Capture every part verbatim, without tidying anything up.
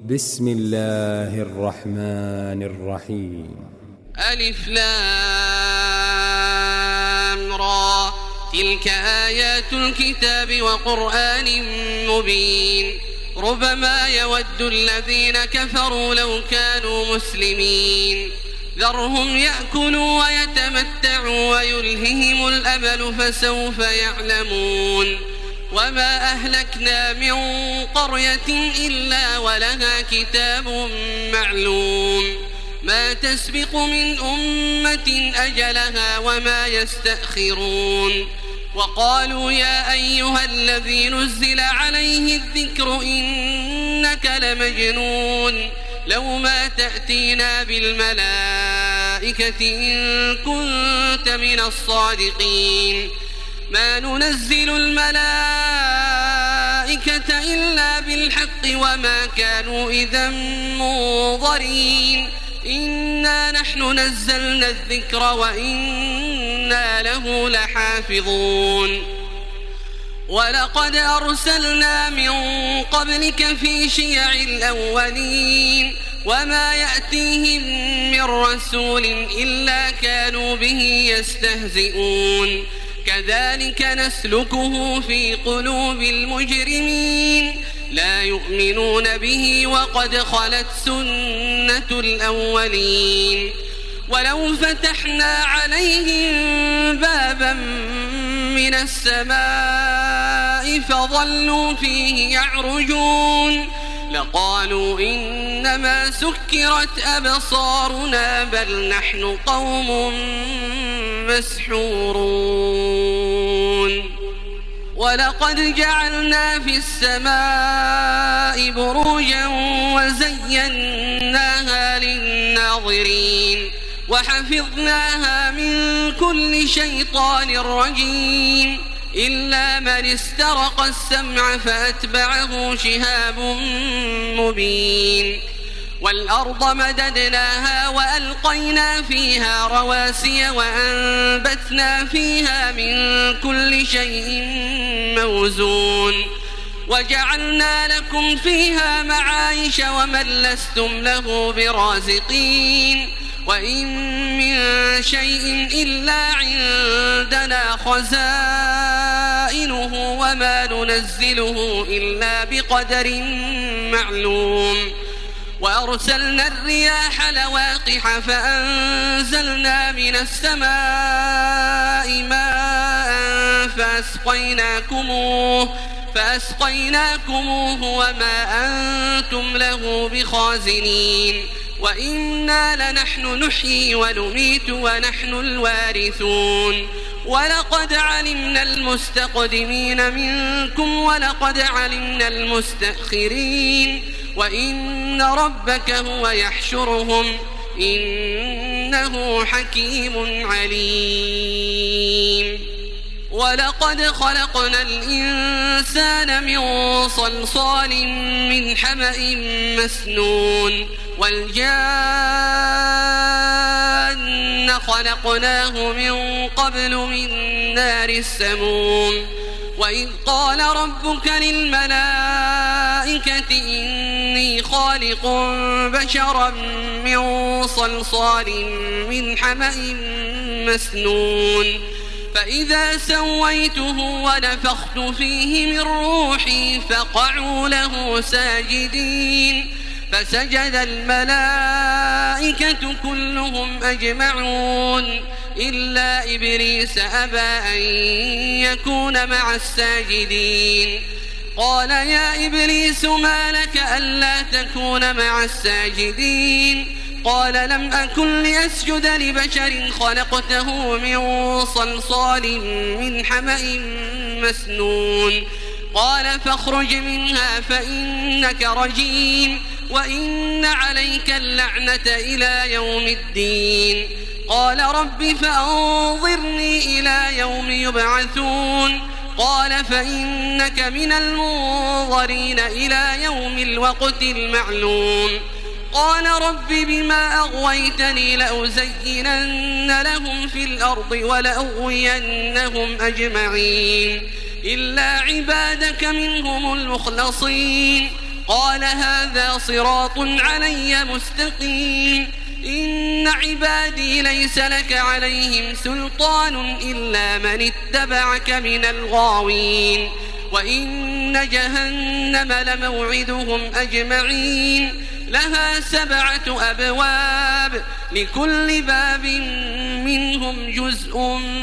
بسم الله الرحمن الرحيم. ألف لام را، تلك آيات الكتاب وقرآن مبين. ربما يود الذين كفروا لو كانوا مسلمين، ذرهم يأكلوا ويتمتعوا ويلههم الأمل فسوف يعلمون. وما أهلكنا من قرية إلا ولها كتاب معلوم، ما تسبق من أمة أجلها وما يستأخرون. وقالوا يا أيها الذي نزل عليه الذكر إنك لمجنون، لو ما تأتينا بالملائكة إن كنت من الصادقين. ما ننزل الملائكة إلا بالحق وما كانوا إذا منظرين. إنا نحن نزلنا الذكر وإنا له لحافظون. ولقد أرسلنا من قبلك في شيع الأولين، وما يأتيهم من رسول إلا كانوا به يستهزئون. كذلك نسلكه في قلوب المجرمين، لا يؤمنون به وقد خلت سنة الأولين. ولو فتحنا عليهم بابا من السماء فظلوا فيه يعرجون لقالوا إنما سكرت أبصارنا بل نحن قوم مسحورون. ولقد جعلنا في السماء بروجا وزيناها للناظرين وحفظناها من كل شيطان رجيم إلا من استرق السمع فأتبعه شهاب مبين. والأرض مددناها وألقينا فيها رواسي وأنبتنا فيها من كل شيء موزون وجعلنا لكم فيها معايش ومن لستم له برازقين. وإن من شيء إلا عندنا خزائنه وما ننزله إلا بقدر معلوم. وأرسلنا الرياح لواقح فأنزلنا من السماء ماء فأسقيناكموه, فأسقيناكموه وما أنتم له بخازنين. وإنا لنحن نحيي ونميت ونحن الوارثون. ولقد علمنا المستقدمين منكم ولقد علمنا المستأخرين وإن ربك هو يحشرهم إنه حكيم عليم. ولقد خلقنا الإنسان من صلصال من حمأ مسنون والجان خلقناه من قبل من نار السموم. وإذ قال ربك للملائكة إني خالق بشرا من صلصال من حمأ مسنون فإذا سويته ونفخت فيه من روحي فقعوا له ساجدين فسجد الملائكة كلهم أجمعون إلا إبليس أبى أن يكون مع الساجدين. قال يا إبليس ما لك ألا تكون مع الساجدين؟ قال لم أكن لأسجد لبشر خلقته من صلصال من حمأ مسنون. قال فاخرج منها فإنك رجيم وإن عليك اللعنة إلى يوم الدين. قال رب فأنظرني إلى يوم يبعثون. قال فإنك من المنظرين إلى يوم الوقت المعلوم. قال رب بما أغويتني لأزينن لهم في الأرض ولأغوينهم أجمعين إلا عبادك منهم المخلصين. قال هذا صراط علي مستقيم إن عبادي ليس لك عليهم سلطان إلا من اتبعك من الغاوين وإن جهنم لموعدهم أجمعين لها سبعة أبواب لكل باب منهم جزء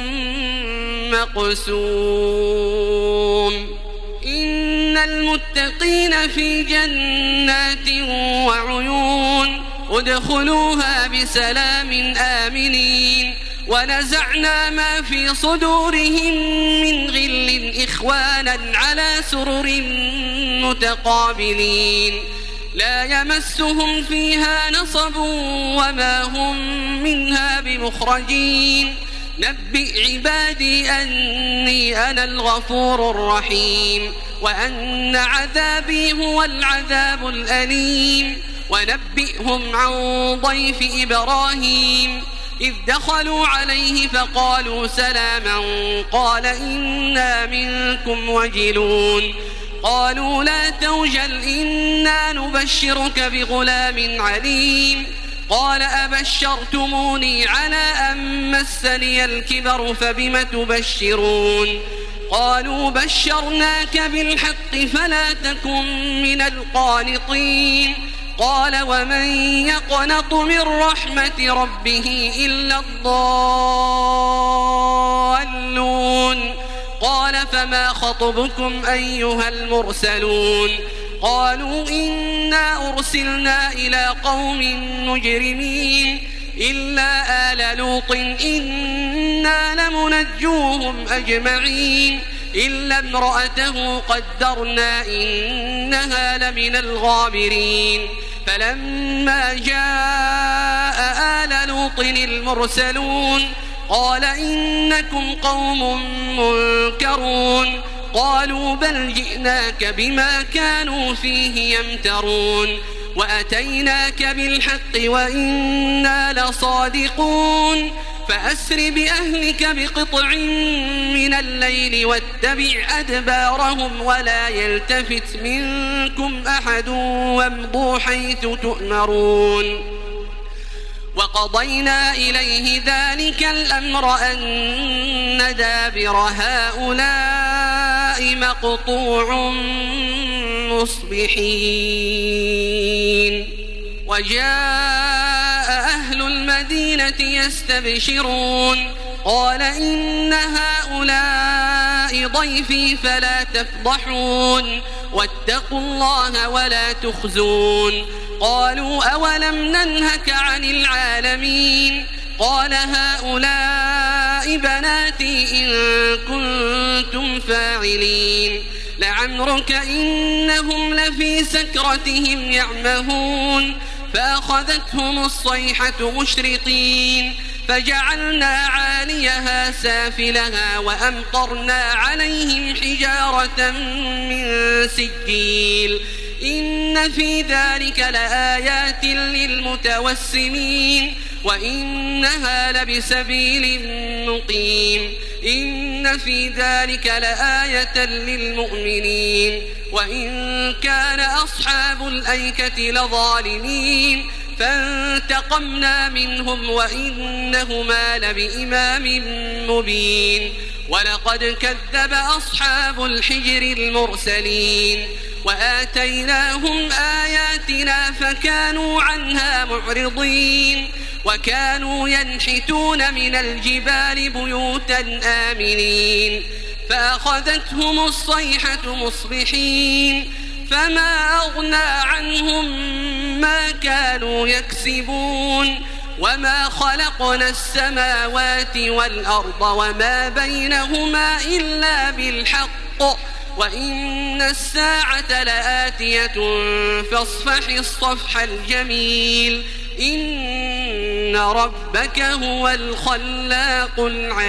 مقسوم إن المتقين في جنات وعيون ادخلوها بسلام آمنين ونزعنا ما في صدورهم من غل إخوانا على سرر متقابلين لا يمسهم فيها نصب وما هم منها بمخرجين نبئ عبادي أني أنا الغفور الرحيم وأن عذابي هو العذاب الأليم ونبئهم عن ضيف إبراهيم إذ دخلوا عليه فقالوا سلاما قال إنا منكم وجلون قالوا لا توجل إنا نبشرك بغلام عليم قال أبشرتموني على أن مسني الكبر فبم تبشرون قالوا بشرناك بالحق فلا تكن من القانطين قال ومن يقنط من رحمة ربه إلا الضالون قال فما خطبكم أيها المرسلون قالوا إنا أرسلنا إلى قوم مجرمين إلا آل لوط إنا لمنجوهم أجمعين إلا امرأته قدرنا إنها لمن الغابرين فلما جاء آل لوط المرسلون قال إنكم قوم منكرون قالوا بل جئناك بما كانوا فيه يمترون وأتيناك بالحق وإنا لصادقون فأسر بأهلك بقطع من الليل واتبع أدبارهم ولا يلتفت منكم أحد وامضوا حيث تؤمرون وقضينا إليه ذلك الأمر أن دابر هؤلاء مقطوع مصبحين وجاء أهل المدينة يستبشرون قال إن هؤلاء ضيفي فلا تفضحون واتقوا الله ولا تخزون قالوا أولم ننهك عن العالمين قال هؤلاء بناتي إن كنتم فاعلين لعمرك إنهم لفي سكرتهم يعمهون فأخذتهم الصيحة مشرقين فجعلنا عاليها سافلها وأمطرنا عليهم حجارة من سجيل إن في ذلك لآيات للمتوسمين وإنها لبسبيل مقيم إن في ذلك لآية للمؤمنين وإن كان أصحاب الأيكة لظالمين فانتقمنا منهم وإنهما لبإمام مبين ولقد كذب أصحاب الحجر المرسلين وآتيناهم آياتنا فكانوا عنها معرضين وكانوا ينحتون من الجبال بيوتا آمنين فأخذتهم الصيحة مصبحين فما أغنى عنهم ما كانوا يكسبون وما خلقنا السماوات والأرض وما بينهما إلا بالحق وإن الساعة لآتية فاصفح الصفح الجميل إن ربك هو الخلاق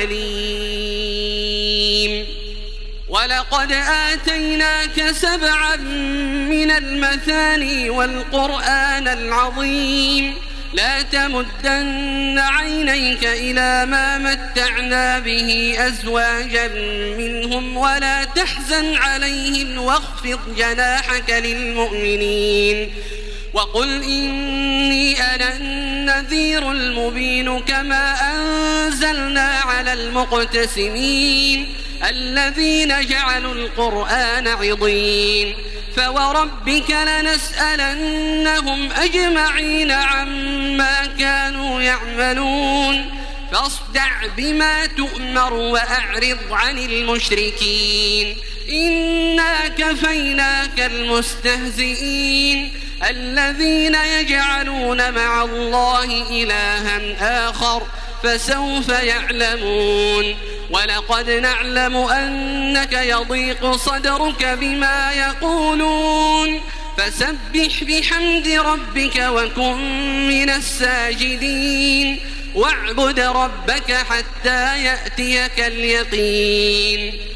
العليم ولقد آتيناك سبعا من المثاني والقرآن العظيم لا تمدن عينيك إلى ما متعنا به أزواجا منهم ولا تحزن عليهم واخفض جناحك للمؤمنين وقل إني أنا النذير المبين كما أنزلنا على المقتسمين الذين جعلوا القرآن عضين فوربك لنسألنهم أجمعين عما كانوا يعملون فاصدع بما تؤمر وأعرض عن المشركين إنا كفيناك المستهزئين الذين يجعلون مع الله إلها آخر فسوف يعلمون ولقد نعلم أنك يضيق صدرك بما يقولون فسبح بحمد ربك وكن من الساجدين واعبد ربك حتى يأتيك اليقين